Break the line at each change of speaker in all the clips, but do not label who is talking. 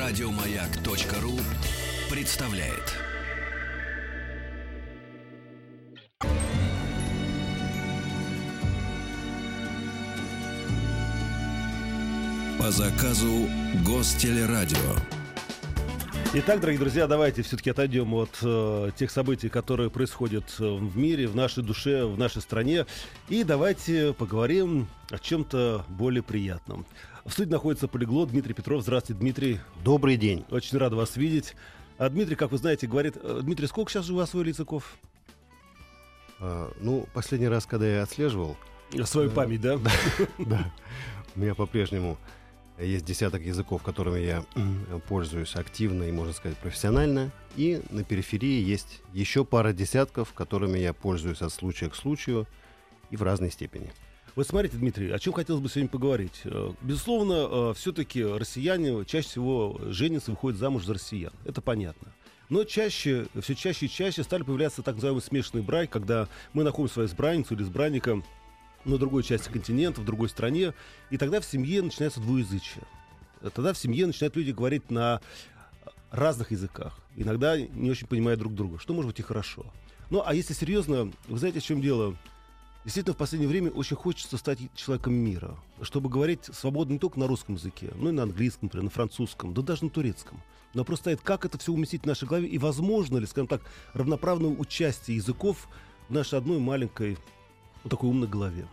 Радиомаяк.ру представляет. По заказу Гостелерадио.
Итак, дорогие друзья, давайте все-таки отойдем от тех событий, которые происходят в мире, в нашей душе, в нашей стране. И давайте поговорим о чем-то более приятном. В студии находится полиглот Дмитрий Петров. Здравствуйте, Дмитрий.
Добрый день.
Очень рад вас видеть. А Дмитрий, как вы знаете, говорит... Дмитрий, сколько сейчас у вас освоили языков?
Последний раз, когда я отслеживал...
Свою память, да?
Да. У меня по-прежнему есть десяток языков, которыми я пользуюсь активно и, можно сказать, профессионально. И на периферии есть еще пара десятков, которыми я пользуюсь от случая к случаю и в разной степени.
Вы смотрите, Дмитрий, о чем хотелось бы сегодня поговорить. Безусловно, все-таки россияне чаще всего женятся, выходят замуж за россиян. Это понятно. Но все чаще и чаще стали появляться так называемые смешанные браки, когда мы находим свою избранницу или избранника на другой части континента, в другой стране, и тогда в семье начинается двуязычие. Тогда в семье начинают люди говорить на разных языках, иногда не очень понимая друг друга, что может быть и хорошо. Ну, а если серьезно, вы знаете, в чем дело? Действительно, в последнее время очень хочется стать человеком мира, чтобы говорить свободно не только на русском языке, но и на английском, например, на французском, да даже на турецком. Но вопрос стоит, как это все уместить в нашей голове, и возможно ли, скажем так, равноправное участие языков в нашей одной маленькой, вот такой умной голове.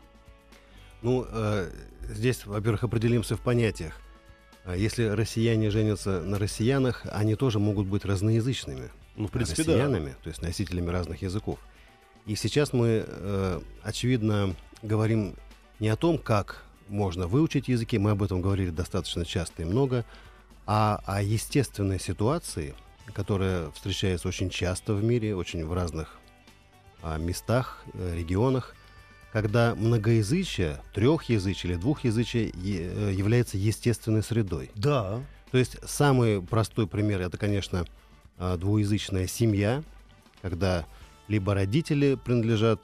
Здесь, во-первых, определимся в понятиях. Если россияне женятся на россиянах, они тоже могут быть разноязычными.
В принципе,
россиянами,
да.
То есть носителями разных языков. И сейчас мы, очевидно, говорим не о том, как можно выучить языки, мы об этом говорили достаточно часто и много, а о естественной ситуации, которая встречается очень часто в мире, очень в разных местах, регионах, когда многоязычие, трехязычие или двухязычие является естественной средой.
Да.
То есть самый простой пример — это, конечно, двуязычная семья, когда либо родители принадлежат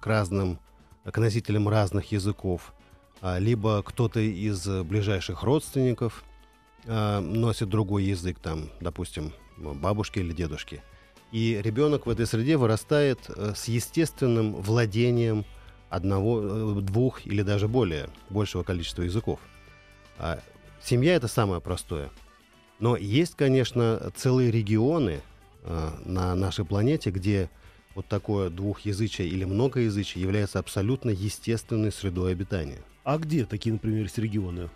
к носителям разных языков, либо кто-то из ближайших родственников носит другой язык, там, допустим, бабушки или дедушки. И ребенок в этой среде вырастает с естественным владением одного, двух или даже большего количества языков. Семья — это самое простое. Но есть, конечно, целые регионы на нашей планете, где вот такое двухязычие или многоязычие является абсолютно естественной средой обитания.
А где такие, например, есть регионы?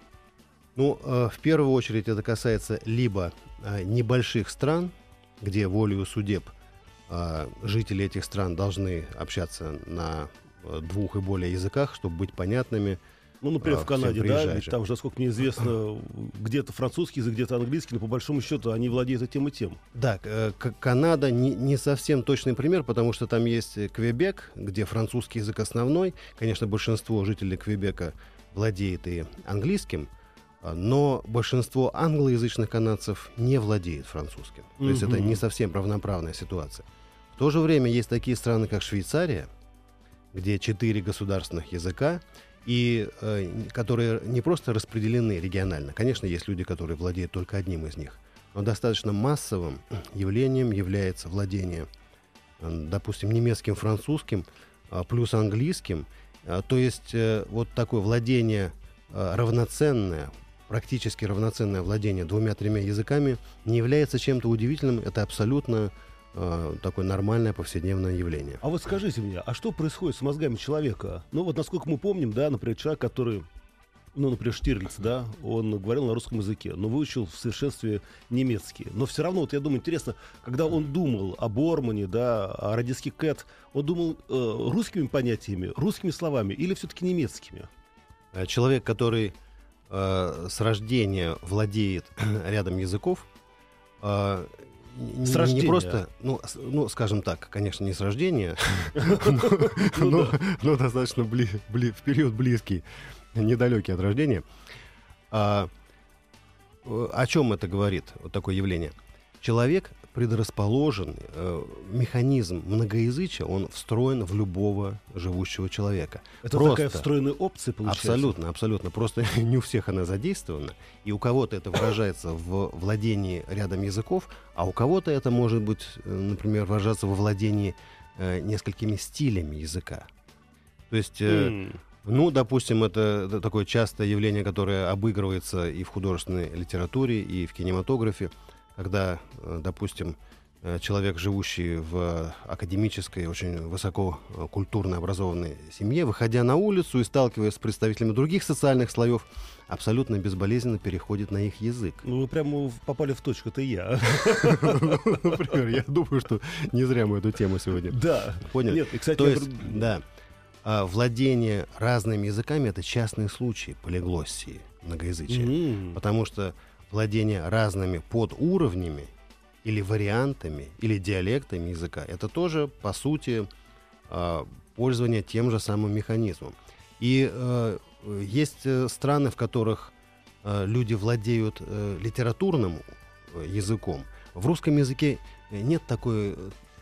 В первую очередь это касается либо небольших стран, где волею судеб жители этих стран должны общаться на двух и более языках, чтобы быть понятными.
Например, в Канаде, да, ведь там же, насколько мне известно, где-то французский язык, где-то английский, но по большому счету они владеют и тем, и тем.
Да, Канада не совсем точный пример, потому что там есть Квебек, где французский язык основной. Конечно, большинство жителей Квебека владеет и английским, но большинство англоязычных канадцев не владеет французским. То есть это не совсем равноправная ситуация. В то же время есть такие страны, как Швейцария, где 4 государственных языка, и которые не просто распределены регионально. Конечно, есть люди, которые владеют только одним из них, но достаточно массовым явлением является владение, допустим, немецким, французским, плюс английским. То есть вот такое владение равноценное, практически равноценное владение 2-3 языками не является чем-то удивительным. Это абсолютно такое нормальное повседневное явление.
А вот скажите мне, а что происходит с мозгами человека? Насколько мы помним, да, например, человек, который, например, Штирлиц, да, он говорил на русском языке, но выучил в совершенстве немецкий. Но все равно, я думаю, интересно, когда он думал о Бормане, да, о радиске Кэт, он думал русскими понятиями, русскими словами или все-таки немецкими?
Человек, который с рождения владеет рядом языков, не просто, скажем так, конечно, не с рождения, но достаточно в период близкий, недалекий от рождения. О чем это говорит, вот такое явление? Человек предрасположен, механизм многоязычия, он встроен в любого живущего человека.
Это такая встроенная опция, получается?
Абсолютно, абсолютно. Просто не у всех она задействована. И у кого-то это выражается в владении рядом языков, а у кого-то это может быть, например, выражаться во владении несколькими стилями языка. То есть... Ну, допустим, это такое частое явление, которое обыгрывается и в художественной литературе, и в кинематографе, когда, допустим, человек, живущий в академической, очень высоко культурно образованной семье, выходя на улицу и сталкиваясь с представителями других социальных слоев, абсолютно безболезненно переходит на их язык.
Ну, вы прямо попали в точку, это я.
Например, я думаю, что не зря мы эту тему сегодня поняли.
Нет, и, кстати,
то есть, да. Владение разными языками — это частный случай полиглоссии, многоязычия. Потому что владение разными подуровнями или вариантами, или диалектами языка — это тоже, по сути, пользование тем же самым механизмом. И есть страны, в которых люди владеют литературным языком. В русском языке нет такой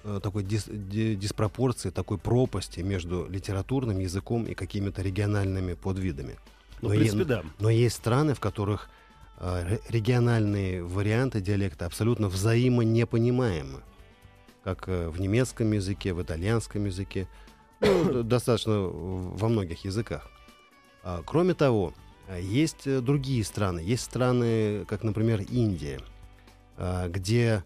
диспропорции, такой пропасти между литературным языком и какими-то региональными подвидами.
В принципе, да.
Но есть страны, в которых региональные варианты диалекта абсолютно взаимонепонимаемы. Как в немецком языке, в итальянском языке, достаточно во многих языках. Кроме того, есть другие страны. Есть страны, как, например, Индия, где...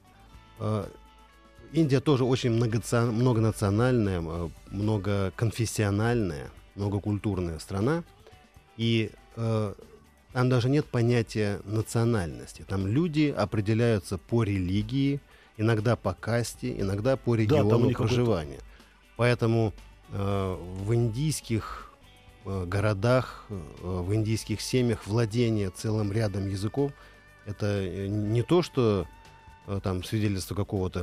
Индия тоже очень многонациональная, многоконфессиональная, многокультурная страна. И там даже нет понятия национальности. Там люди определяются по религии, иногда по касте, иногда по региону проживания. Поэтому в индийских городах, в индийских семьях владение целым рядом языков — это не то, что там свидетельство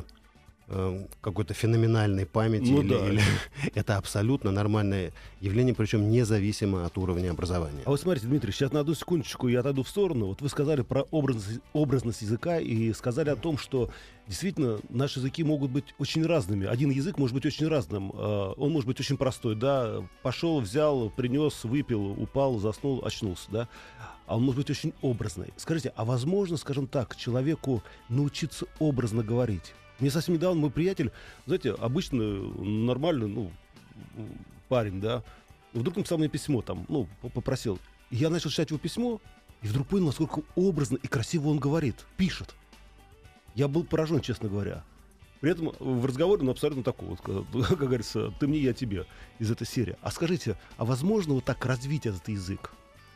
какой-то феноменальной памяти, или это абсолютно нормальное явление, причем независимо от уровня образования.
А вот смотрите, Дмитрий, сейчас на одну секундочку я отойду в сторону. Вот вы сказали про образность языка и сказали о том, что действительно наши языки могут быть очень разными. Один язык может быть очень разным. Он может быть очень простой, да, пошел, взял, принес, выпил, упал, заснул, очнулся, да. А он может быть очень образный. Скажите, а возможно, скажем так, человеку научиться образно говорить? Мне совсем недавно мой приятель, знаете, обычно нормальный, парень, да, вдруг написал мне письмо, там, попросил. Я начал читать его письмо, и вдруг понял, насколько образно и красиво он говорит, пишет. Я был поражен, честно говоря. При этом в разговоре, абсолютно такой, вот, как говорится, ты мне, я тебе, из этой серии. А скажите, а возможно вот так развить этот язык?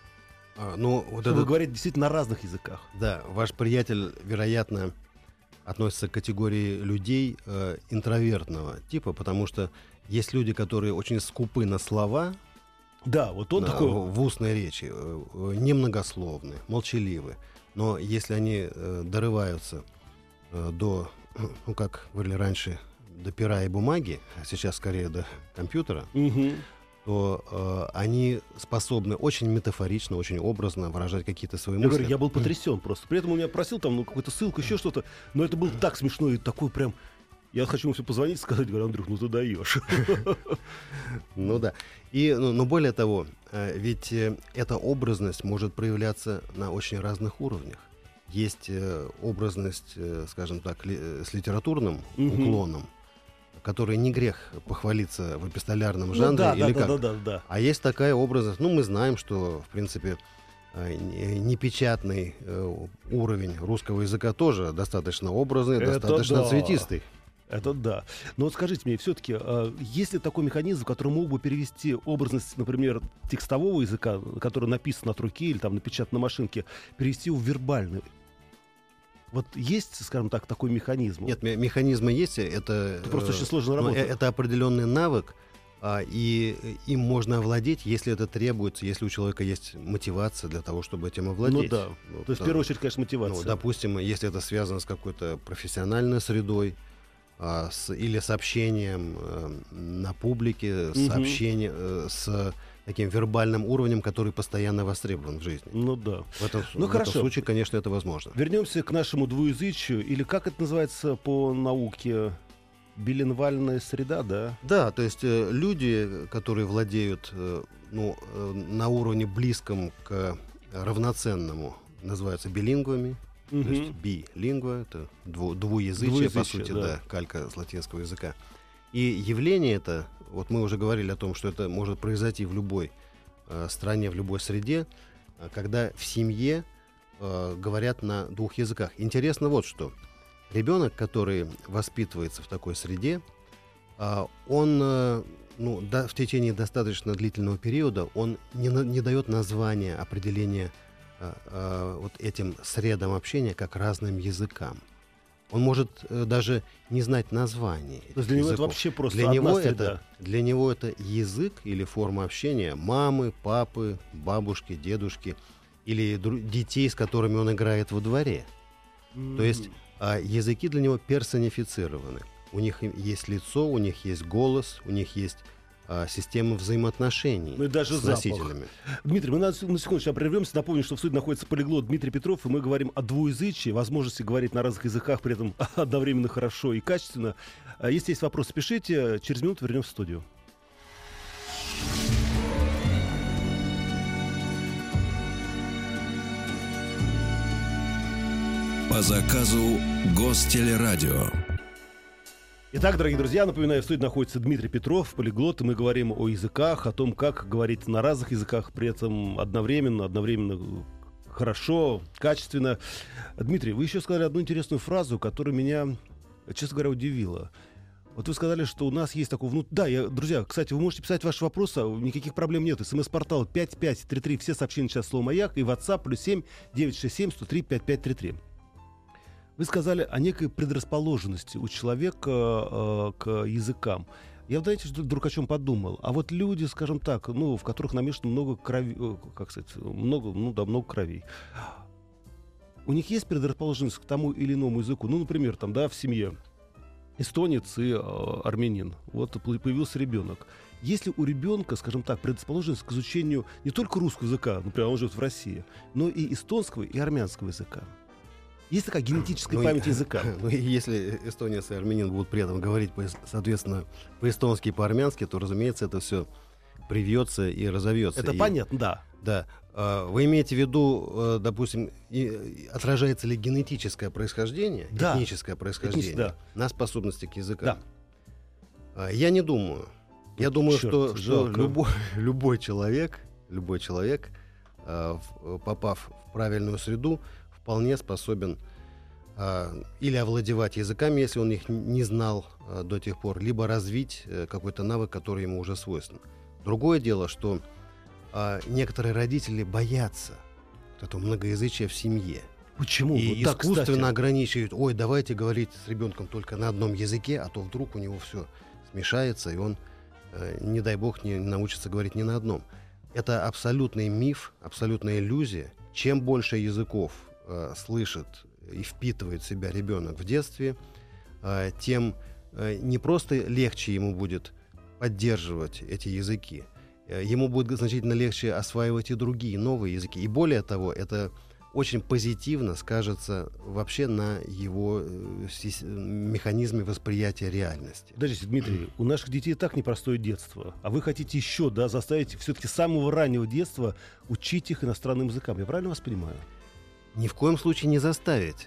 Чтобы говорить действительно на разных языках.
Да, ваш приятель, вероятно, относится к категории людей интровертного типа, потому что есть люди, которые очень скупы на слова,
да, вот он такой
в устной речи, немногословны, молчаливы. Но если они дорываются до, как говорили раньше, до пера и бумаги, а сейчас скорее до компьютера, то они способны очень метафорично, очень образно выражать какие-то свои мысли.
Я был потрясен просто. При этом он меня просил там какую-то ссылку, еще что-то, но это было так смешно и такой прям... Я хочу ему все позвонить и сказать, говорю, Андрюх, ты даешь.
Ну да. Но более того, ведь эта образность может проявляться на очень разных уровнях. Есть образность, скажем так, с литературным уклоном, который не грех похвалиться в эпистолярном жанре,
Да.
А есть такая образность, мы знаем, что, в принципе, непечатный уровень русского языка тоже достаточно образный, достаточно цветистый.
Это да. Но вот скажите мне, все-таки, есть ли такой механизм, который мог бы перевести образность, например, текстового языка, который написан от руки или там напечатан на машинке, перевести его в вербальный? Вот есть, скажем так, такой механизм?
Нет, механизмы есть. Это
просто очень сложно работать.
Это определенный навык, и им можно овладеть, если это требуется, если у человека есть мотивация для того, чтобы этим овладеть.
То есть, в первую очередь, конечно, мотивация.
Допустим, если это связано с какой-то профессиональной средой, или с общением на публике, с таким вербальным уровнем, который постоянно востребован в жизни.
Ну да.
В этом
Хорошо.
случае, конечно, это возможно.
Вернемся к нашему двуязычию, или как это называется по науке? Билингвальная среда, да?
Да, то есть люди, которые владеют на уровне близком к равноценному, называются билингвами. То есть билингва — это двуязычие, по сути, да, калька с латинского языка. И явление это, вот мы уже говорили о том, что это может произойти в любой стране, в любой среде, когда в семье говорят на двух языках. Интересно вот что. Ребенок, который воспитывается в такой среде, он в течение достаточно длительного периода он не дает названия, определения вот этим средам общения как разным языкам. Он может даже не знать названий.
То есть для него это вообще просто
для него это язык или форма общения мамы, папы, бабушки, дедушки или детей, с которыми он играет во дворе. То есть языки для него персонифицированы. У них есть лицо, у них есть голос, у них есть система взаимоотношений
и даже
с носителями.
Дмитрий, мы на секундочку прервемся. Напомню, что в студии находится полиглот Дмитрий Петров, и мы говорим о двуязычии, возможности говорить на разных языках, при этом одновременно хорошо и качественно. Если есть вопросы, пишите. Через минуту вернемся в студию.
По заказу Гостелерадио.
Итак, дорогие друзья, напоминаю, в студии находится Дмитрий Петров, полиглот, и мы говорим о языках, о том, как говорить на разных языках, при этом одновременно хорошо, качественно. Дмитрий, вы еще сказали одну интересную фразу, которая меня, честно говоря, удивила. Вот вы сказали, что у нас есть такой друзья, кстати, вы можете писать ваши вопросы, никаких проблем нет. СМС-портал 5533, все сообщения сейчас слово «Маяк», и WhatsApp +7 967 103 5533. Вы сказали о некой предрасположенности у человека к языкам. Я, знаете, вдруг о чем подумал. А вот люди, скажем так, в которых намешано много крови, много кровей. У них есть предрасположенность к тому или иному языку. Например, в семье эстонец и армянин. Вот появился ребенок. Если у ребенка, скажем так, предрасположенность к изучению не только русского языка, например, он живет в России, но и эстонского и армянского языка. Есть такая генетическая память языка.
Если эстонец и армянин будут при этом говорить, соответственно, по-эстонски и по-армянски, то, разумеется, это все привьется и разовьется.
Это понятно, да.
Да. Вы имеете в виду, допустим, отражается ли генетическое происхождение, этническое происхождение на способности к языкам? Да. Я не думаю. Я думаю, что любой человек, попав в правильную среду, вполне способен или овладевать языками, если он их не знал до тех пор, либо развить какой-то навык, который ему уже свойственен. Другое дело, что некоторые родители боятся этого многоязычия в семье.
Почему?
И искусственно ограничивают: давайте говорить с ребенком только на одном языке, а то вдруг у него все смешается, и он, не дай бог, не научится говорить ни на одном. Это абсолютный миф, абсолютная иллюзия. Чем больше языков слышит и впитывает в себя ребенок в детстве, тем не просто легче ему будет поддерживать эти языки, ему будет значительно легче осваивать и другие новые языки. И более того, это очень позитивно скажется вообще на его механизме восприятия реальности.
Подождите, Дмитрий, у наших детей так непростое детство, а вы хотите еще заставить все-таки с самого раннего детства учить их иностранным языкам. Я правильно вас понимаю?
Ни в коем случае не заставить,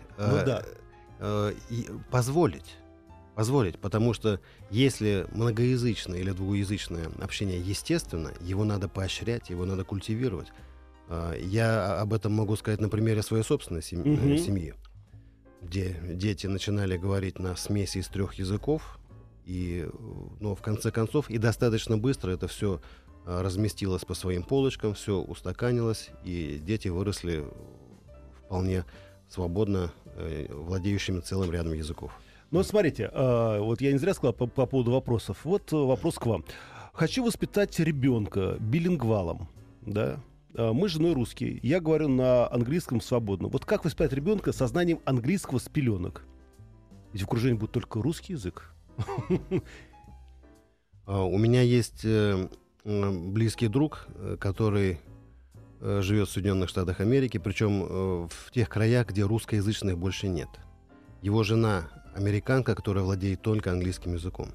позволить, потому что если многоязычное или двуязычное общение естественно, его надо поощрять, его надо культивировать. Я об этом могу сказать на примере своей собственной семьи, где дети начинали говорить на смеси из 3 языков, но в конце концов и достаточно быстро это все разместилось по своим полочкам, все устаканилось, и дети выросли вполне свободно владеющими целым рядом языков.
Смотрите, вот я не зря сказал по поводу вопросов. Вот вопрос к вам. Хочу воспитать ребенка билингвалом, да? Мы с женой русские, я говорю на английском свободно. Вот как воспитать ребенка со знанием английского с пеленок? Ведь в окружении будет только русский язык.
У меня есть близкий друг, который живет в Соединенных Штатах Америки, причем в тех краях, где русскоязычных больше нет. Его жена американка, которая владеет только английским языком.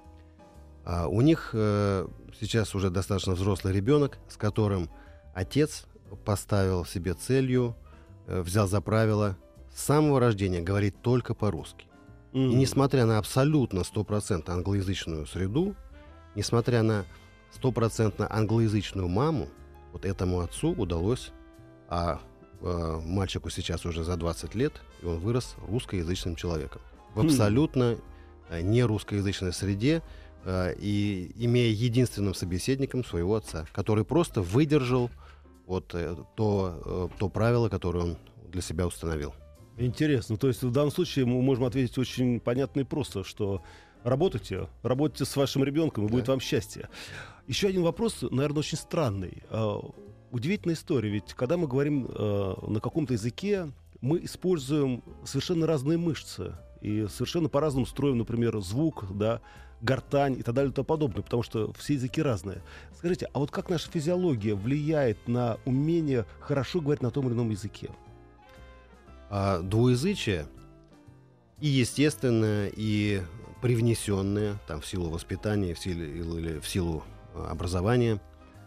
У них сейчас уже достаточно взрослый ребенок, с которым отец поставил себе целью, взял за правило с самого рождения говорить только по-русски. И несмотря на абсолютно 100% англоязычную среду, несмотря на 100% англоязычную маму, вот этому отцу удалось, мальчику сейчас уже за 20 лет, и он вырос русскоязычным человеком. В абсолютно не русскоязычной среде, и имея единственным собеседником своего отца, который просто выдержал вот то правило, которое он для себя установил.
Интересно. То есть в данном случае мы можем ответить очень понятно и просто, что работайте с вашим ребенком, и будет вам счастье. Еще один вопрос, наверное, очень странный. Удивительная история, ведь когда мы говорим на каком-то языке, мы используем совершенно разные мышцы и совершенно по-разному строим, например, звук, да, гортань и так далее и тому подобное, потому что все языки разные. Скажите, а вот как наша физиология влияет на умение хорошо говорить на том или ином языке?
Двуязычие и естественное, и привнесенное, там, в силу воспитания, или в силу образования,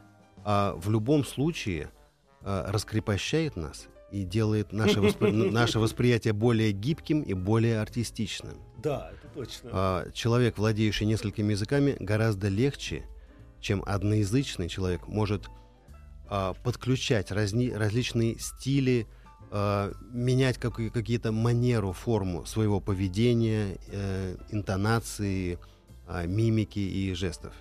в любом случае раскрепощает нас и делает наше восприятие более гибким и более артистичным.
Да, это точно.
Человек, владеющий несколькими языками, гораздо легче, чем одноязычный человек, может подключать различные стили, менять какие-то манеру, форму своего поведения, интонации, мимики и жестов.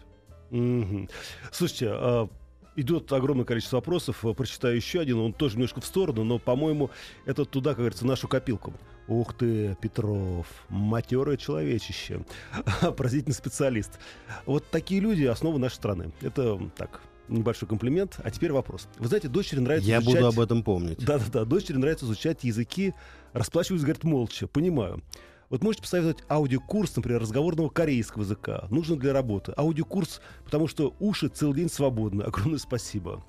Слушайте, идет огромное количество вопросов. Прочитаю еще один, он тоже немножко в сторону, но, по-моему, это туда, как говорится, в нашу копилку. Ух ты, Петров, матерое человечище, поразительный специалист. Вот такие люди — основа нашей страны. Это так, небольшой комплимент. А теперь вопрос. Вы знаете, дочери нравится
изучать...
Я
буду об этом помнить.
Да-да-да, дочери нравится изучать языки, расплачиваются, говорят, молча. Понимаю. Вот можете посоветовать аудиокурс, например, разговорного корейского языка. Нужно для работы. Аудиокурс, потому что уши целый день свободны. Огромное спасибо.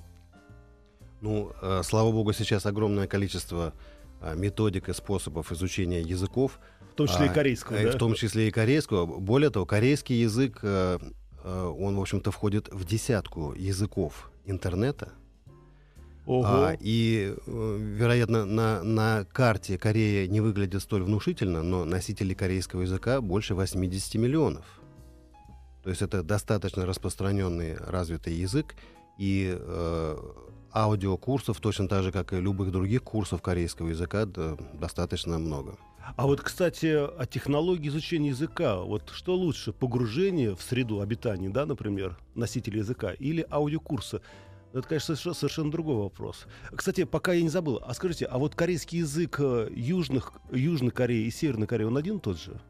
Ну, слава богу, сейчас огромное количество методик и способов изучения языков.
В том числе и корейского, да?
В том числе и корейского. Более того, корейский язык, он, в общем-то, входит в 10 языков интернета. И, вероятно, на карте Корея не выглядит столь внушительно, но носителей корейского языка больше 80 миллионов. То есть это достаточно распространенный, развитый язык, и аудиокурсов, точно так же, как и любых других курсов корейского языка, достаточно много.
А вот, кстати, о технологии изучения языка. Вот что лучше, погружение в среду обитания, да, например, носителя языка, или аудиокурсы? Это, конечно, совершенно другой вопрос. Кстати, пока я не забыл, а скажите, а вот корейский язык Южной Кореи и Северной Кореи, он один и тот же?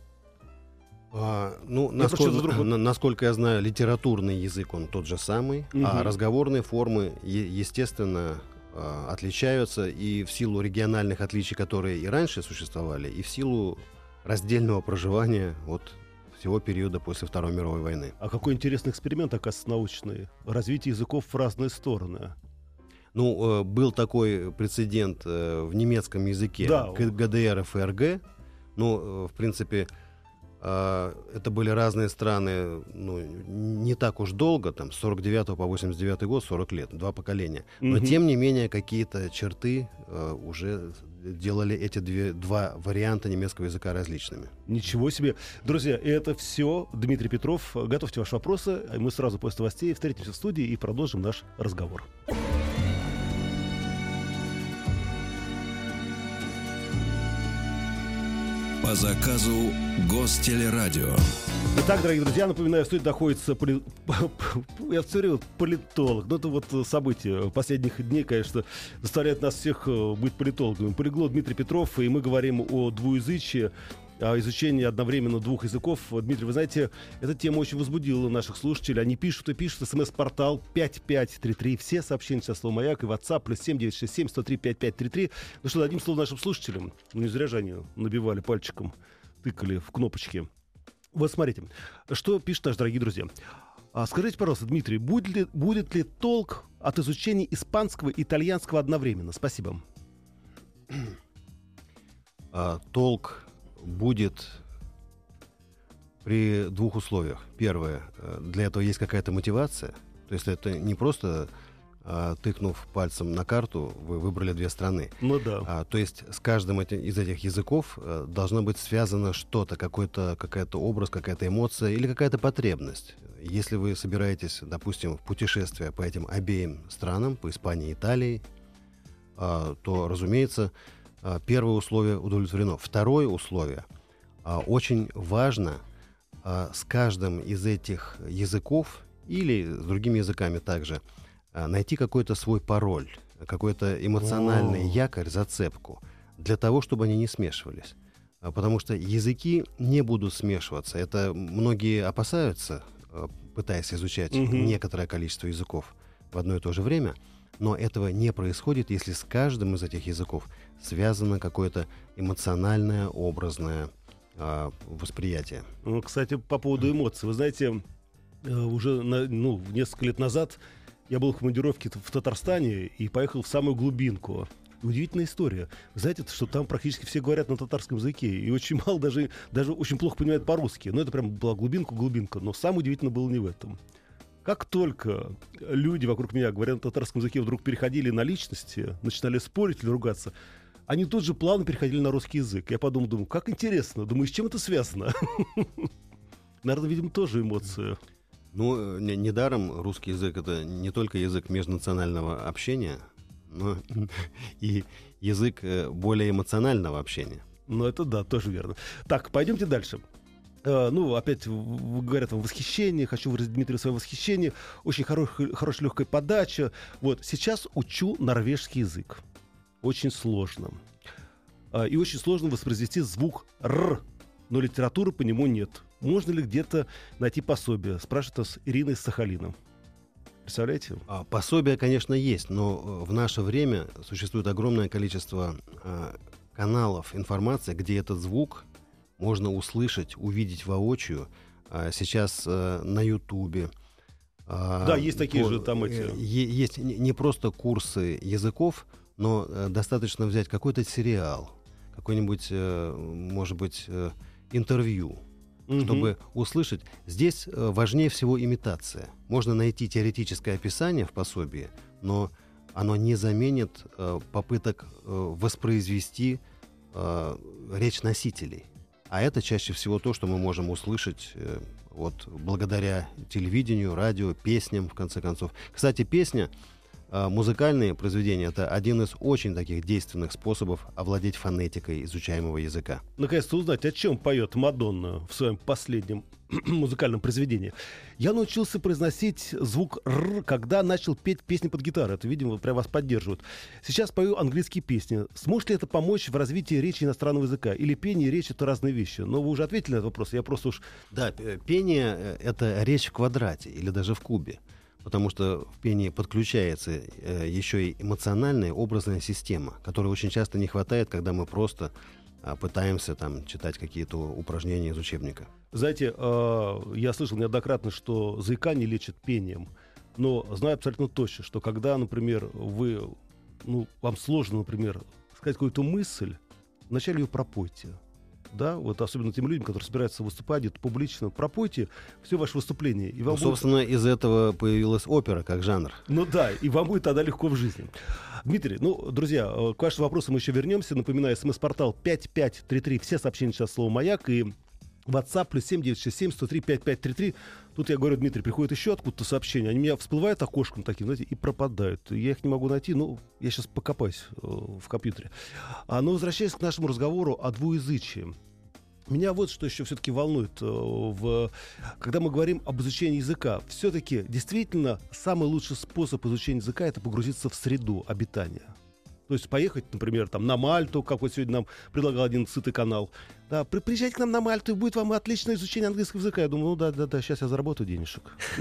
Насколько я знаю, литературный язык, он тот же самый, а разговорные формы, естественно, отличаются и в силу региональных отличий, которые и раньше существовали, и в силу раздельного проживания всего периода после Второй мировой войны.
А какой интересный эксперимент, оказывается, научный. Развитие языков в разные стороны.
Ну, был такой прецедент в немецком языке,
да.
ГДР и ФРГ. Ну, в принципе, это были разные страны, не так уж долго, там, с 49 по 89 год, 40 лет, 2 поколения. Но, тем не менее, какие-то черты уже делали эти два варианта немецкого языка различными.
Ничего себе. Друзья, это все. Дмитрий Петров. Готовьте ваши вопросы. Мы сразу после новостей встретимся в студии и продолжим наш разговор.
По заказу Гостелерадио.
Итак, дорогие друзья, напоминаю, в студии находится я все время политолог. Но это вот событие последних дней, конечно, заставляет нас всех быть политологами. Полиглот Дмитрий Петров, и мы говорим о двуязычии, о изучении одновременно 2 языков. Дмитрий, вы знаете, эта тема очень возбудила наших слушателей. Они пишут и пишут. СМС-портал 5533. Все сообщения со словом «Маяк» и WhatsApp +7 967 103 5533. Ну что, дадим слово нашим слушателям. Не зря же они набивали пальчиком, тыкали в кнопочки. Вот смотрите, что пишут наши дорогие друзья. Скажите, пожалуйста, Дмитрий, будет ли толк от изучения испанского и итальянского одновременно? Спасибо.
Толк будет при двух условиях. Первое, для этого есть какая-то мотивация. То есть это не просто тыкнув пальцем на карту, вы выбрали две страны.
Ну да.
То есть с каждым из этих языков должно быть связано что-то, какой-то образ, какая-то эмоция или какая-то потребность. Если вы собираетесь, допустим, в путешествие по этим обеим странам, по Испании и Италии, то, разумеется, первое условие удовлетворено. Второе условие. Очень важно с каждым из этих языков или с другими языками также найти какой-то свой пароль, какой-то эмоциональный якорь, зацепку, для того, чтобы они не смешивались. Потому что языки не будут смешиваться. Это многие опасаются, пытаясь изучать некоторое количество языков в одно и то же время, но этого не происходит, если с каждым из этих языков связано какое-то эмоциональное, образное восприятие.
Ну, кстати, по поводу эмоций. Вы знаете, уже несколько лет назад я был в командировке в Татарстане и поехал в самую глубинку. Удивительная история. Вы знаете, что там практически все говорят на татарском языке, и очень мало даже очень плохо понимают по-русски. Но это прям была глубинка. Но самое удивительное было не в этом. Как только люди вокруг меня, говоря на татарском языке, вдруг переходили на личности, начинали спорить или ругаться, они тут же плавно переходили на русский язык. Я думаю, как интересно. Думаю, с чем это связано? Наверное, видимо, тоже эмоции.
Ну, недаром русский язык — это не только язык межнационального общения, но и язык более эмоционального общения.
Ну, это да, тоже верно. Так, пойдемте дальше. Опять говорят о восхищении. Хочу выразить, Дмитрию, свое восхищение. Очень хорошая легкая подача. Вот, сейчас учу норвежский язык. Очень сложно. И очень сложно воспроизвести звук «р», но литературы по нему нет. Можно ли где-то найти пособие? Спрашивает нас Ирина из Сахалина. Представляете?
Пособия, конечно, есть, но в наше время существует огромное количество каналов информации, где этот звук можно услышать, увидеть воочию. Сейчас на Ютубе.
Да, есть такие же там эти.
Есть не просто курсы языков, но достаточно взять какой-то сериал, какой-нибудь, может быть, интервью, чтобы услышать. Здесь важнее всего имитация. Можно найти теоретическое описание в пособии, но оно не заменит попыток воспроизвести речь носителей. А это чаще всего то, что мы можем услышать благодаря телевидению, радио, песням, в конце концов. Кстати, песня, музыкальные произведения — это один из очень таких действенных способов овладеть фонетикой изучаемого языка.
Наконец-то узнать, о чем поет Мадонна в своем последнем музыкальном произведении. Я научился произносить звук «р», когда начал петь песни под гитару. Это, видимо, прям вас поддерживают. Сейчас пою английские песни. Сможет ли это помочь в развитии речи иностранного языка? Или пение и речь — это разные вещи? Но вы уже ответили на этот вопрос. Я просто уж...
Да, пение — это речь в квадрате или даже в кубе. Потому что в пении подключается еще и эмоциональная, образная система, которой очень часто не хватает, когда мы просто пытаемся читать какие-то упражнения из учебника.
Знаете, я слышал неоднократно, что заикание лечит пением. Но знаю абсолютно точно, что когда, например, вам сложно, например, сказать какую-то мысль, вначале ее пропойте. Да, вот особенно тем людям, которые собираются выступать где-то публично, пропойте все ваше выступление. И вам
собственно, из этого появилась опера как жанр.
Ну да, и вам будет тогда легко в жизни. Дмитрий, друзья, к вашим вопросам мы еще вернемся. Напоминаю, смс-портал 5533, все сообщения сейчас слово «Маяк», и WhatsApp +7 967 103 5533. Тут я говорю, Дмитрий, приходит еще откуда-то сообщения, они у меня всплывают окошком таким, знаете, и пропадают. Я их не могу найти, я сейчас покопаюсь в компьютере. Но возвращаясь к нашему разговору о двуязычии. Меня вот что еще все-таки волнует, когда мы говорим об изучении языка. Все-таки действительно самый лучший способ изучения языка — это погрузиться в среду обитания. То есть поехать, например, на Мальту, как вот сегодня нам предлагал один сытый канал. Да, приезжайте к нам на Мальту, и будет вам отличное изучение английского языка. Я думаю, да, сейчас я заработаю денежек.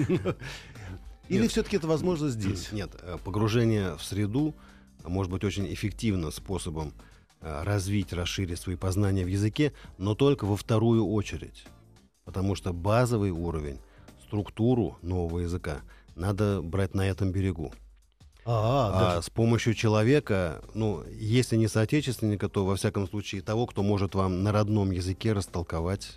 Или все-таки это возможно здесь?
Нет, погружение в среду может быть очень эффективным способом развить, расширить свои познания в языке, но только во вторую очередь. Потому что базовый уровень структуру нового языка надо брать на этом берегу.
Да.
С помощью человека, если не соотечественника, то, во всяком случае, того, кто может вам на родном языке растолковать,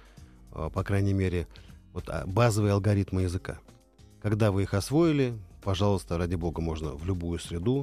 по крайней мере, базовые алгоритмы языка. Когда вы их освоили, пожалуйста, ради бога, можно в любую среду,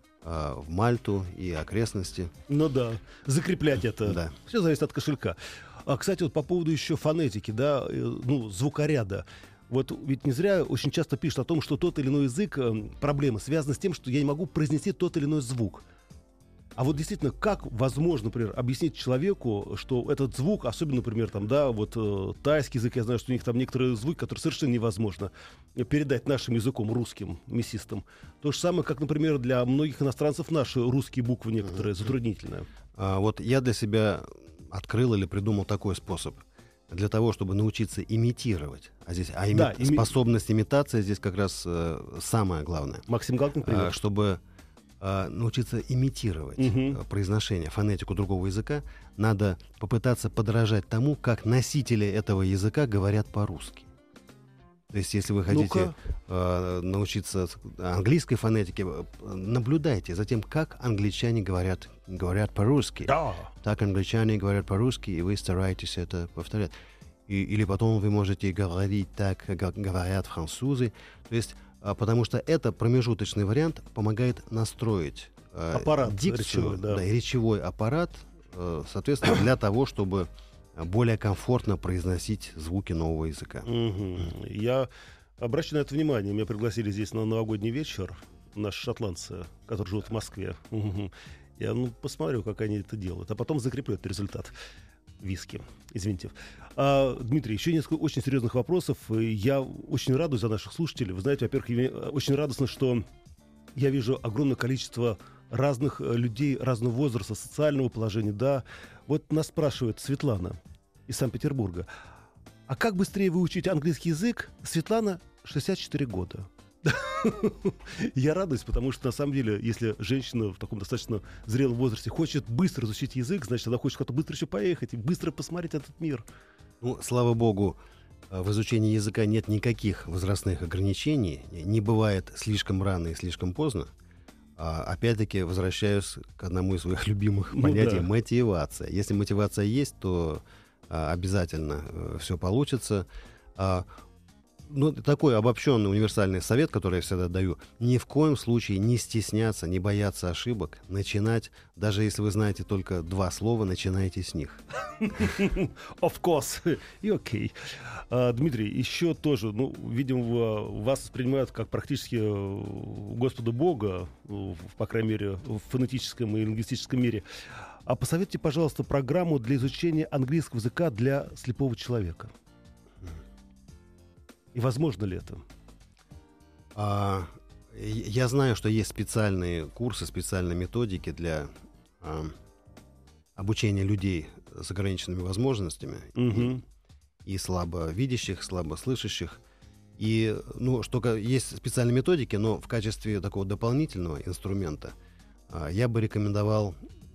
в Мальту и окрестности.
Закреплять это.
Да.
Все зависит от кошелька. Кстати, по поводу еще фонетики, звукоряда. Ведь не зря очень часто пишут о том, что тот или иной язык, проблемы связаны с тем, что я не могу произнести тот или иной звук. А действительно, как возможно, например, объяснить человеку, что этот звук, особенно, например, тайский язык, я знаю, что у них там некоторые звуки, которые совершенно невозможно передать нашим языком, русским, мясистым. То же самое, как, например, для многих иностранцев наши русские буквы некоторые затруднительные.
Я для себя открыл или придумал такой способ. Для того, чтобы научиться имитировать. Способность имитации здесь как раз самое главное.
Максим Галкин, привет.
Чтобы научиться имитировать произношение, фонетику другого языка, надо попытаться подражать тому, как носители этого языка говорят по-русски. То есть, если вы хотите научиться английской фонетике, наблюдайте за тем, как англичане говорят по-русски.
Да.
Так англичане говорят по-русски, и вы стараетесь это повторять. Или потом вы можете говорить так, как говорят французы. То есть, потому что это промежуточный вариант помогает настроить
аппарат
дикцию, и речевой аппарат, соответственно, для того, чтобы более комфортно произносить звуки нового языка.
Я обращаю на это внимание. Меня пригласили здесь на новогодний вечер наши шотландцы, которые живут в Москве. Я посмотрю, как они это делают. А потом закреплю этот результат. Виски. Извините. Дмитрий, еще несколько очень серьезных вопросов. Я очень радуюсь за наших слушателей. Вы знаете, во-первых, мне очень радостно, что я вижу огромное количество разных людей, разного возраста, социального положения. Да. Нас спрашивает Светлана из Санкт-Петербурга. А как быстрее выучить английский язык? Светлана, 64 года. Я радуюсь, потому что, на самом деле, если женщина в таком достаточно зрелом возрасте хочет быстро изучить язык, значит, она хочет как-то быстро еще поехать и быстро посмотреть этот мир.
Слава богу, в изучении языка нет никаких возрастных ограничений. Не бывает слишком рано и слишком поздно. Опять-таки, возвращаюсь к одному из своих любимых понятий — мотивация. Если мотивация есть, то обязательно все получится. Такой обобщенный универсальный совет, который я всегда даю: ни в коем случае не стесняться, не бояться ошибок, начинать, даже если вы знаете только 2 слова, начинайте с них.
Of course. И окей. Дмитрий, еще тоже, видимо, вас воспринимают как практически Господа Бога, по крайней мере, в фонетическом и лингвистическом мире. А посоветуйте, пожалуйста, программу для изучения английского языка для слепого человека. И возможно ли это?
Я знаю, что есть специальные курсы, специальные методики для обучения людей с ограниченными возможностями, и слабовидящих, слабослышащих. И, есть специальные методики, но в качестве такого дополнительного инструмента я бы рекомендовал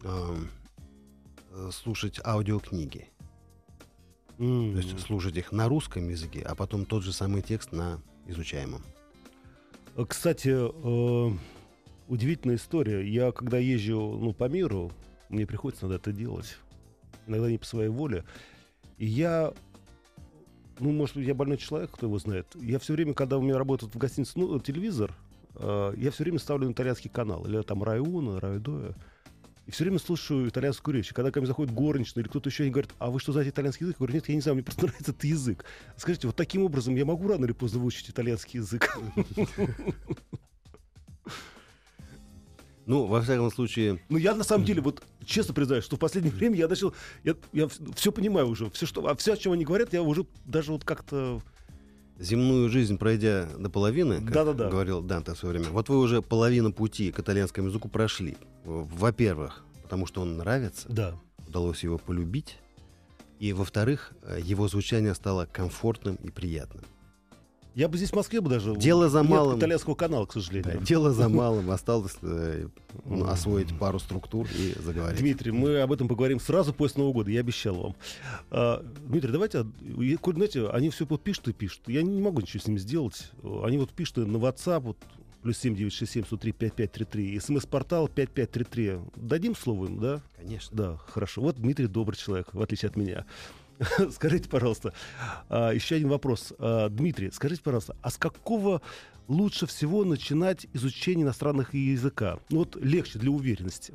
слушать аудиокниги. То есть слушать их на русском языке, а потом тот же самый текст на изучаемом.
Кстати, удивительная история. Я, когда езжу по миру, мне приходится иногда это делать. Иногда не по своей воле. И я, может быть, я больной человек, кто его знает. Я все время, когда у меня работает в гостинице телевизор, я все время ставлю на итальянский канал. Или там Рай Уно, Рай Дуэ. И все время слушаю итальянскую речь. И когда ко мне заходит горничная или кто-то еще, они говорят: а вы что, знаете итальянский язык? Я говорю: нет, я не знаю, мне просто нравится этот язык. Скажите, таким образом я могу рано или поздно выучить итальянский язык?
Во всяком случае...
я на самом деле, честно признаюсь, что в последнее время я начал... Я все понимаю уже. Все, о чем они говорят, я уже даже как-то...
Земную жизнь пройдя до половины, как говорил Данте в свое время, вы уже половину пути к итальянскому языку прошли. Во-первых, потому что он нравится, удалось его полюбить, и, во-вторых, его звучание стало комфортным и приятным.
Я бы здесь в Москве бы даже...
Дело за
Нет
малым.
итальянского канала, к сожалению.
Да, дело за малым. Осталось освоить пару структур и заговорить.
Дмитрий, мы об этом поговорим сразу после Нового года, я обещал вам. Дмитрий, давайте, знаете, они все вот пишут и пишут. Я не могу ничего с ними сделать. Они вот пишут на WhatsApp, вот, +7 967 103 5533, СМС-портал 5533. Дадим слово им, да?
Конечно.
Да, хорошо. Вот Дмитрий добрый человек, в отличие от меня. Скажите, пожалуйста, еще один вопрос. Дмитрий, скажите, пожалуйста, а с какого лучше всего начинать изучение иностранных языка? Ну вот легче для уверенности.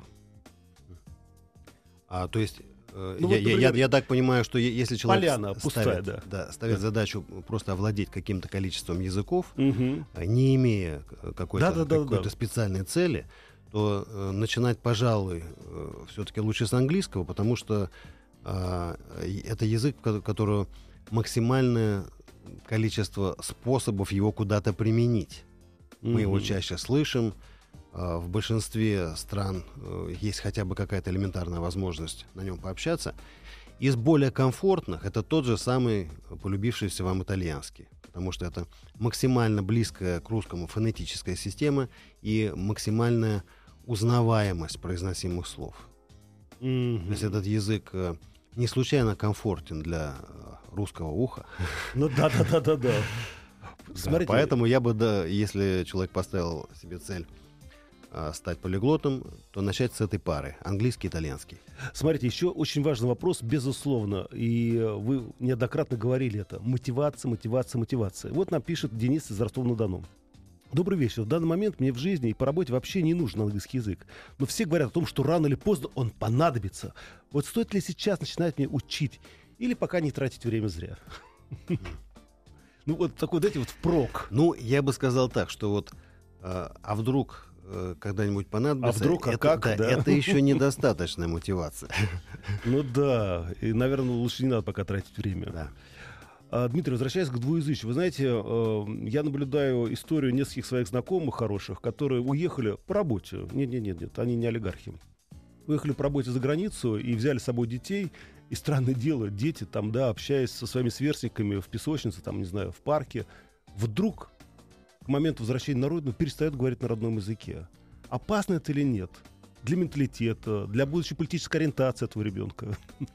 То есть,
например,
я так понимаю, что если человек
поляна пустая,
ставит задачу просто овладеть каким-то количеством языков,
Угу.
не имея какой-то
Да.
специальной цели, то начинать, пожалуй, все-таки лучше с английского, потому что это язык, у которого максимальное количество способов его куда-то применить. Мы его чаще слышим. В большинстве стран есть хотя бы какая-то элементарная возможность на нем пообщаться. Из более комфортных это тот же самый полюбившийся вам итальянский, потому что это максимально близкая к русскому фонетическая система и максимальная узнаваемость произносимых слов. То есть этот язык не случайно комфортен для русского уха.
Ну да. Смотрите,
Поэтому я бы, если человек поставил себе цель стать полиглотом, то начать с этой пары. Английский, итальянский.
Смотрите, еще очень важный вопрос, безусловно, и вы неоднократно говорили это. Мотивация. Вот нам пишет Денис из Ростова-на-Дону. Добрый вечер. В данный момент мне в жизни и по работе вообще не нужен английский язык. Но все говорят о том, что рано или поздно он понадобится. Вот стоит ли сейчас начинать мне учить? Или пока не тратить время зря? Ну вот такой, дайте вот впрок.
Ну, я бы сказал так, что вот а вдруг когда-нибудь понадобится,
А вдруг, как, да?
это еще недостаточная мотивация.
Ну да, и, наверное, лучше не надо пока тратить время.
Да.
Дмитрий, возвращаясь к двуязычию, вы знаете, я наблюдаю историю нескольких своих знакомых хороших, которые уехали по работе. Нет, они не олигархи. Уехали по работе за границу и взяли с собой детей. И странное дело, дети там, да, общаясь со своими сверстниками в песочнице, там, не знаю, в парке, вдруг к моменту возвращения на родину перестают говорить на родном языке. Опасно это или нет? Для менталитета, для будущей политической ориентации этого ребенка.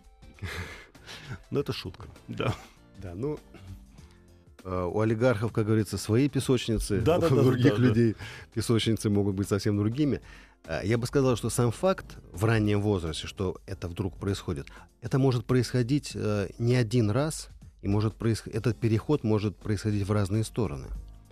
Ну, это шутка, да.
Да, ну, у олигархов, как говорится, свои песочницы,
у
других людей песочницы могут быть совсем другими. Я бы сказал, что сам факт в раннем возрасте, что это вдруг происходит, это может происходить не один раз, и этот переход может происходить в разные стороны.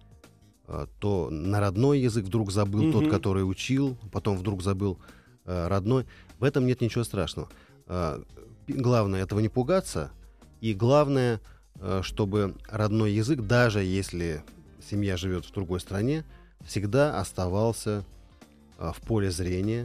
То на родной язык вдруг забыл тот, который учил, потом вдруг забыл родной. В этом нет ничего страшного. Главное этого не пугаться, и главное, чтобы родной язык, даже если семья живет в другой стране, всегда оставался в поле зрения,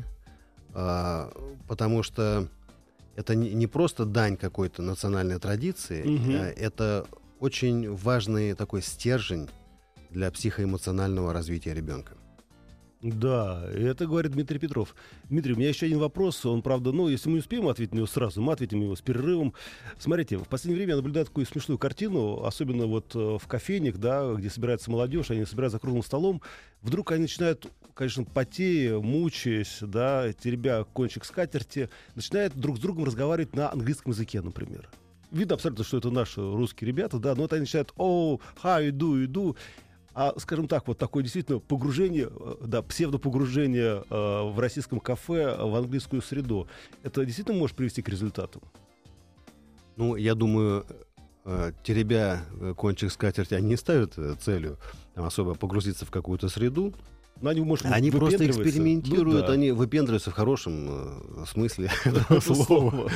потому что это не просто дань какой-то национальной традиции, это очень важный такой стержень для психоэмоционального развития ребенка.
Да, это говорит Дмитрий Петров. Дмитрий, у меня еще один вопрос. Он, правда, если мы не успеем ответить на него сразу, мы ответим его с перерывом. Смотрите, в последнее время я наблюдаю такую смешную картину, особенно вот в кофейнях, да, где собирается молодежь, они собираются за круглым столом. Вдруг они начинают, конечно, потея, мучаясь, да, теребя кончик скатерти, начинают друг с другом разговаривать на английском языке, например. Видно абсолютно, что это наши русские ребята, да, но вот они начинают how you do. А, скажем так, вот такое действительно погружение, да, псевдопогружение в российском кафе в английскую среду, это действительно может привести к результату?
Ну, я думаю, теребя кончик скатерти, они не ставят целью особо погрузиться в какую-то среду.
Но они, может,
они просто экспериментируют,
ну, да.
Они выпендриваются в хорошем смысле этого слова.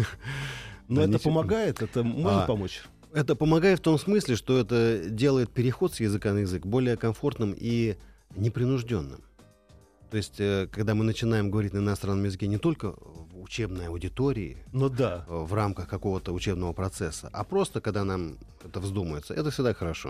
Но это помогает, это может помочь?
Это помогает в том смысле, что это делает переход с языка на язык более комфортным и непринужденным. То есть, когда мы начинаем говорить на иностранном языке не только в учебной аудитории, в рамках какого-то учебного процесса, а просто когда нам это вздумается, это всегда хорошо.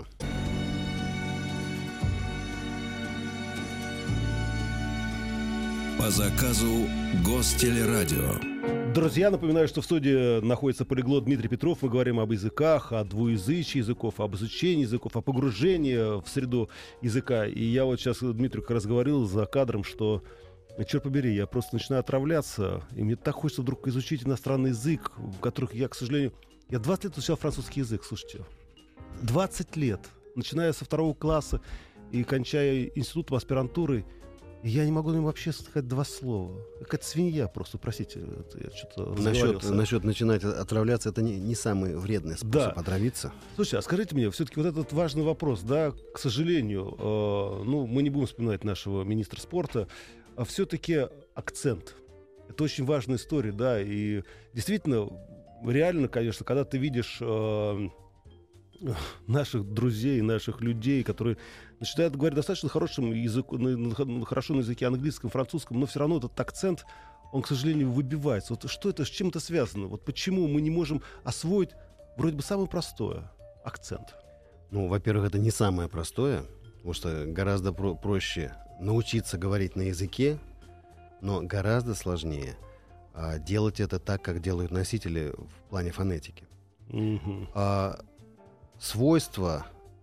По заказу Гостелерадио.
Друзья, напоминаю, что в студии находится полиглот Дмитрий Петров. Мы говорим об языках, о двуязычии языков, об изучении языков, о погружении в среду языка. И я вот сейчас Дмитрию как раз говорил за кадром, что, черт побери, я просто начинаю отравляться. И мне так хочется вдруг изучить иностранный язык, в которых я, к сожалению... Я 20 лет изучал французский язык, слушайте. 20 лет. Начиная со 2 класса и кончая институтом, аспирантурой. Я не могу им вообще сказать 2 слова. Какая-то свинья просто, простите. Я что-то
насчет начинать отравляться, это не самый вредный способ отравиться.
Слушайте, а скажите мне, все-таки вот этот важный вопрос, да, к сожалению, мы не будем вспоминать нашего министра спорта, а все-таки акцент. Это очень важная история, да, и действительно, реально, конечно, когда ты видишь наших друзей, наших людей, которые начинают говорить достаточно хорошим языком, хорошо на языке английском, французском, но все равно этот акцент, он, к сожалению, выбивается. Вот что это, с чем это связано? Вот почему мы не можем освоить вроде бы самое простое — акцент?
Ну, во-первых, это не самое простое, потому что гораздо проще научиться говорить на языке, но гораздо сложнее делать это так, как делают носители в плане фонетики. Свойства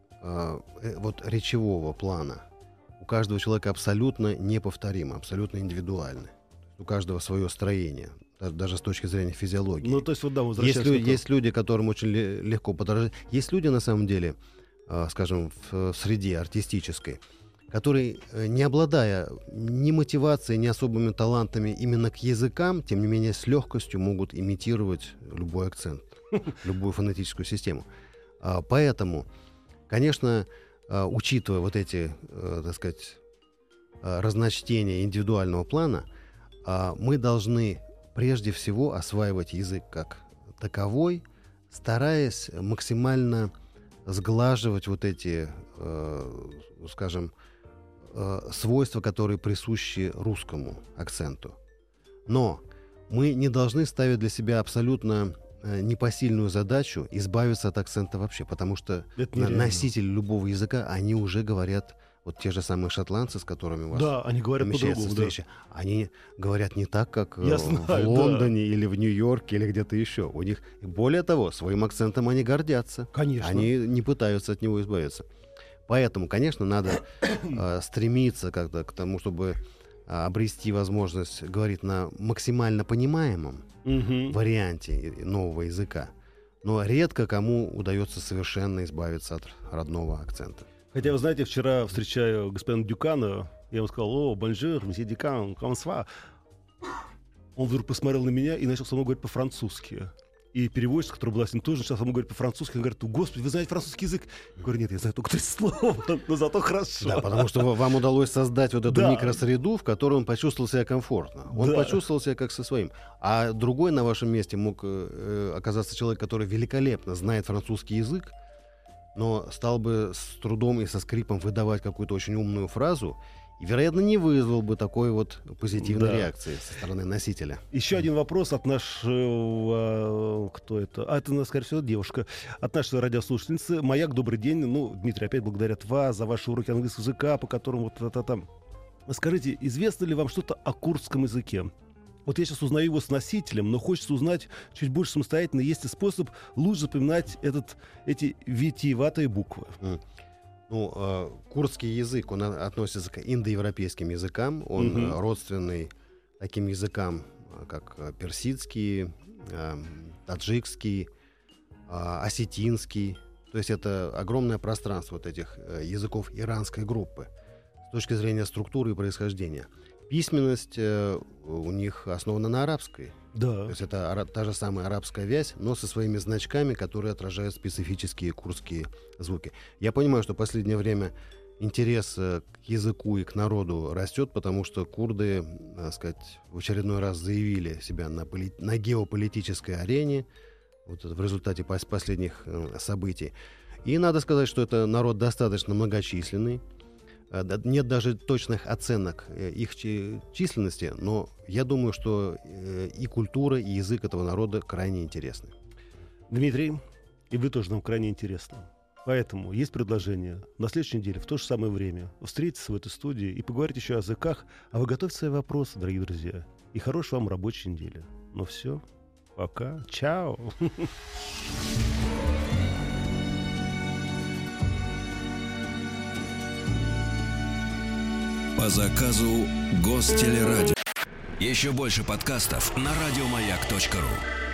вот речевого плана у каждого человека абсолютно неповторимы, абсолютно индивидуальны. У каждого свое строение, даже с точки зрения физиологии.
Ну, то есть, вот, да,
есть люди, которым очень легко подражать. Есть люди, на самом деле, скажем, в среде артистической, которые, не обладая ни мотивацией, ни особыми талантами именно к языкам, тем не менее, с легкостью могут имитировать любой акцент, любую фонетическую систему. Поэтому, конечно, учитывая вот эти, так сказать, разночтения индивидуального плана, мы должны прежде всего осваивать язык как таковой, стараясь максимально сглаживать вот эти, скажем, свойства, которые присущи русскому акценту. Но мы не должны ставить для себя абсолютно непосильную задачу избавиться от акцента вообще, потому что носители любого языка, они уже говорят, вот те же самые шотландцы, с которыми у вас
они говорят по-другому,
встреча, они говорят не так, как в Лондоне или в Нью-Йорке или где-то еще. У них, более того, своим акцентом они гордятся.
Конечно.
Они не пытаются от него избавиться. Поэтому, конечно, надо стремиться как-то к тому, чтобы обрести возможность говорить на максимально понимаемом варианте нового языка. Но редко кому удается совершенно избавиться от родного акцента.
Хотя, вы знаете, вчера встречаю господина Дюкана, я ему сказал: «О, бонжур, месье Дюкан, comment ça va?» Он вдруг посмотрел на меня и начал со мной говорить по-французски. И переводчик, который был с ним, тоже начал со мной говорить по-французски. Он говорит: «Господи, вы знаете французский язык?» Я говорю: «Нет, я знаю только 3 слова, но зато хорошо».
Да, потому что вам удалось создать вот эту микросреду, в которой он почувствовал себя комфортно. Он почувствовал себя как со своим. А другой на вашем месте мог оказаться человек, который великолепно знает французский язык, но стал бы с трудом и со скрипом выдавать какую-то очень умную фразу, и, вероятно, не вызвал бы такой вот позитивной реакции со стороны носителя.
Еще один вопрос от нашего... Кто это? Это, скорее всего, девушка. От нашей радиослушательницы. «Маяк, добрый день. Дмитрий, опять благодарят вас за ваши уроки английского языка, по которым вот это. Скажите, известно ли вам что-то о курдском языке? Вот я сейчас узнаю его с носителем, но хочется узнать чуть больше самостоятельно. Есть ли способ лучше запоминать эти витиеватые буквы?»
Курдский язык, он относится к индоевропейским языкам. Он родственный таким языкам, как персидский, таджикский, осетинский. То есть это огромное пространство вот этих языков иранской группы с точки зрения структуры и происхождения. Письменность у них основана на арабской.
Да.
То есть это та же самая арабская вязь, но со своими значками, которые отражают специфические курдские звуки. Я понимаю, что в последнее время интерес к языку и к народу растет, потому что курды, так сказать, в очередной раз заявили себя на геополитической арене вот в результате последних событий. И надо сказать, что это народ достаточно многочисленный. Нет даже точных оценок их численности, но я думаю, что и культура, и язык этого народа крайне интересны.
Дмитрий, и вы тоже нам крайне интересны. Поэтому есть предложение на следующей неделе в то же самое время встретиться в этой студии и поговорить еще о языках, а вы готовьте свои вопросы, дорогие друзья. И хорошей вам рабочей недели. Ну все, пока, чао.
По заказу Гостелерадио. Еще больше подкастов на радиомаяк.ру.